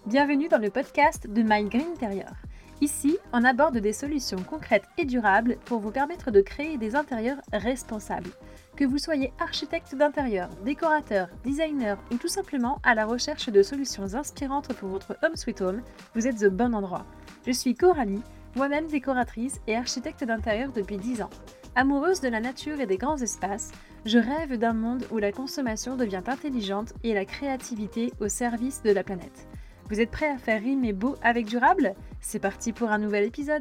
Bienvenue dans le podcast de My Green Interior. Ici, on aborde des solutions concrètes et durables pour vous permettre de créer des intérieurs responsables. Que vous soyez architecte d'intérieur, décorateur, designer ou tout simplement à la recherche de solutions inspirantes pour votre home sweet home, vous êtes au bon endroit. Je suis Coralie, moi-même décoratrice et architecte d'intérieur depuis 10 ans. Amoureuse de la nature et des grands espaces, je rêve d'un monde où la consommation devient intelligente et la créativité au service de la planète. Vous êtes prêts à faire rimer beau avec durable ? C'est parti pour un nouvel épisode.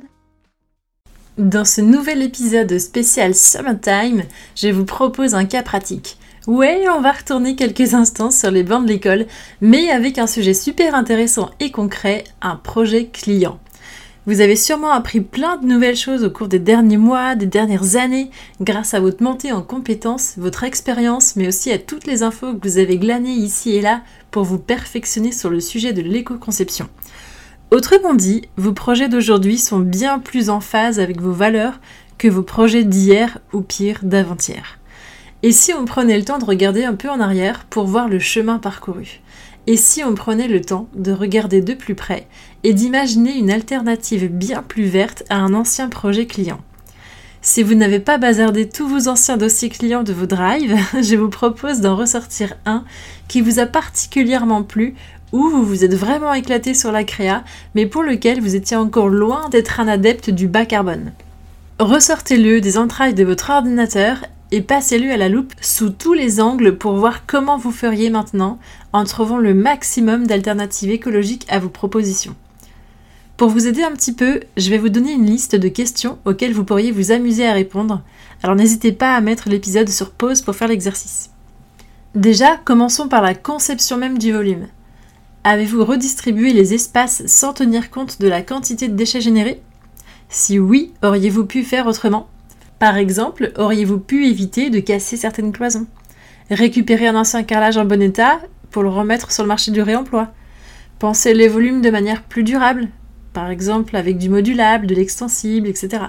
Dans ce nouvel épisode spécial Summertime, je vous propose un cas pratique. Ouais, on va retourner quelques instants sur les bancs de l'école, mais avec un sujet super intéressant et concret, un projet client. Vous avez sûrement appris plein de nouvelles choses au cours des derniers mois, des dernières années, grâce à votre montée en compétences, votre expérience, mais aussi à toutes les infos que vous avez glanées ici et là pour vous perfectionner sur le sujet de l'éco-conception. Autrement dit, vos projets d'aujourd'hui sont bien plus en phase avec vos valeurs que vos projets d'hier ou pire d'avant-hier. Et si on prenait le temps de regarder un peu en arrière pour voir le chemin parcouru ? Et si on prenait le temps de regarder de plus près et d'imaginer une alternative bien plus verte à un ancien projet client ? Si vous n'avez pas bazardé tous vos anciens dossiers clients de vos drives, je vous propose d'en ressortir un qui vous a particulièrement plu ou vous vous êtes vraiment éclaté sur la créa, mais pour lequel vous étiez encore loin d'être un adepte du bas carbone. Ressortez-le des entrailles de votre ordinateur et passez-le à la loupe sous tous les angles pour voir comment vous feriez maintenant en trouvant le maximum d'alternatives écologiques à vos propositions. Pour vous aider un petit peu, je vais vous donner une liste de questions auxquelles vous pourriez vous amuser à répondre, alors n'hésitez pas à mettre l'épisode sur pause pour faire l'exercice. Déjà, commençons par la conception même du volume. Avez-vous redistribué les espaces sans tenir compte de la quantité de déchets générés ? Si oui, auriez-vous pu faire autrement ? Par exemple, auriez-vous pu éviter de casser certaines cloisons ? Récupérer un ancien carrelage en bon état pour le remettre sur le marché du réemploi ? Penser les volumes de manière plus durable, par exemple avec du modulable, de l'extensible, etc.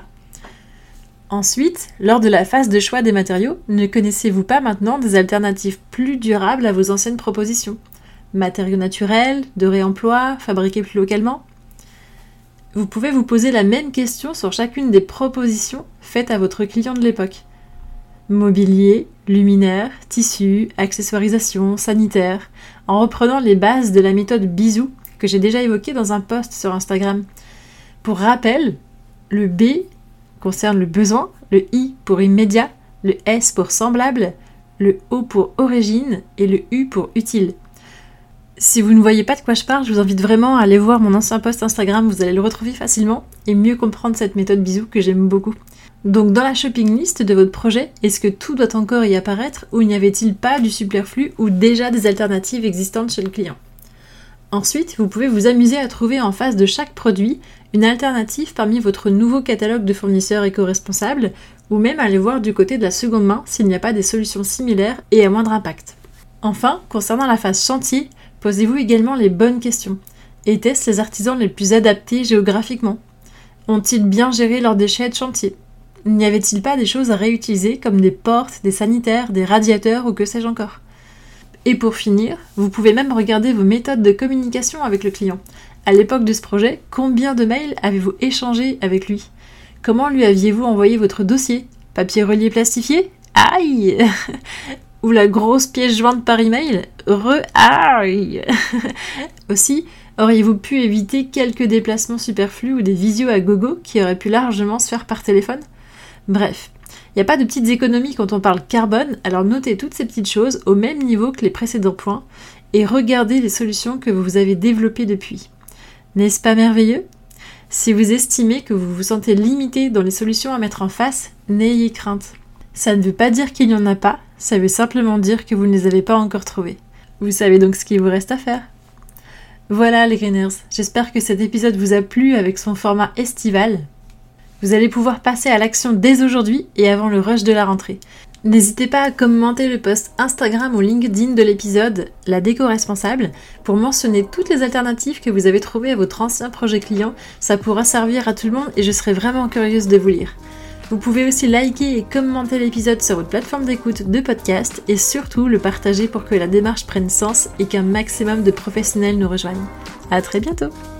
Ensuite, lors de la phase de choix des matériaux, ne connaissez-vous pas maintenant des alternatives plus durables à vos anciennes propositions ? Matériaux naturels, de réemploi, fabriqués plus localement ? Vous pouvez vous poser la même question sur chacune des propositions faites à votre client de l'époque. Mobilier, luminaire, tissu, accessoirisation, sanitaire, en reprenant les bases de la méthode Bisou que j'ai déjà évoquée dans un post sur Instagram. Pour rappel, le B concerne le besoin, le I pour immédiat, le S pour semblable, le O pour origine et le U pour utile. Si vous ne voyez pas de quoi je parle, je vous invite vraiment à aller voir mon ancien post Instagram, vous allez le retrouver facilement et mieux comprendre cette méthode Bisou que j'aime beaucoup. Donc dans la shopping list de votre projet, est-ce que tout doit encore y apparaître ou n'y avait-il pas du superflu ou déjà des alternatives existantes chez le client ? Ensuite, vous pouvez vous amuser à trouver en face de chaque produit une alternative parmi votre nouveau catalogue de fournisseurs éco-responsables ou même aller voir du côté de la seconde main s'il n'y a pas des solutions similaires et à moindre impact. Enfin, concernant la phase chantier, posez-vous également les bonnes questions. Étaient-ce les artisans les plus adaptés géographiquement ? Ont-ils bien géré leurs déchets de chantier ? N'y avait-il pas des choses à réutiliser comme des portes, des sanitaires, des radiateurs ou que sais-je encore ? Et pour finir, vous pouvez même regarder vos méthodes de communication avec le client. À l'époque de ce projet, combien de mails avez-vous échangé avec lui ? Comment lui aviez-vous envoyé votre dossier ? Papier relié plastifié ? Aïe ! Ou la grosse pièce jointe par email ? Aïe ! Aussi, auriez-vous pu éviter quelques déplacements superflus ou des visios à gogo qui auraient pu largement se faire par téléphone ? Bref, il n'y a pas de petites économies quand on parle carbone, alors notez toutes ces petites choses au même niveau que les précédents points et regardez les solutions que vous avez développées depuis. N'est-ce pas merveilleux ? Si vous estimez que vous vous sentez limité dans les solutions à mettre en face, n'ayez crainte. Ça ne veut pas dire qu'il n'y en a pas, ça veut simplement dire que vous ne les avez pas encore trouvés. Vous savez donc ce qu'il vous reste à faire. Voilà les Greeners, j'espère que cet épisode vous a plu avec son format estival. Vous allez pouvoir passer à l'action dès aujourd'hui et avant le rush de la rentrée. N'hésitez pas à commenter le post Instagram ou LinkedIn de l'épisode La Déco Responsable pour mentionner toutes les alternatives que vous avez trouvées à votre ancien projet client. Ça pourra servir à tout le monde et je serai vraiment curieuse de vous lire. Vous pouvez aussi liker et commenter l'épisode sur votre plateforme d'écoute de podcast et surtout le partager pour que la démarche prenne sens et qu'un maximum de professionnels nous rejoignent. À très bientôt!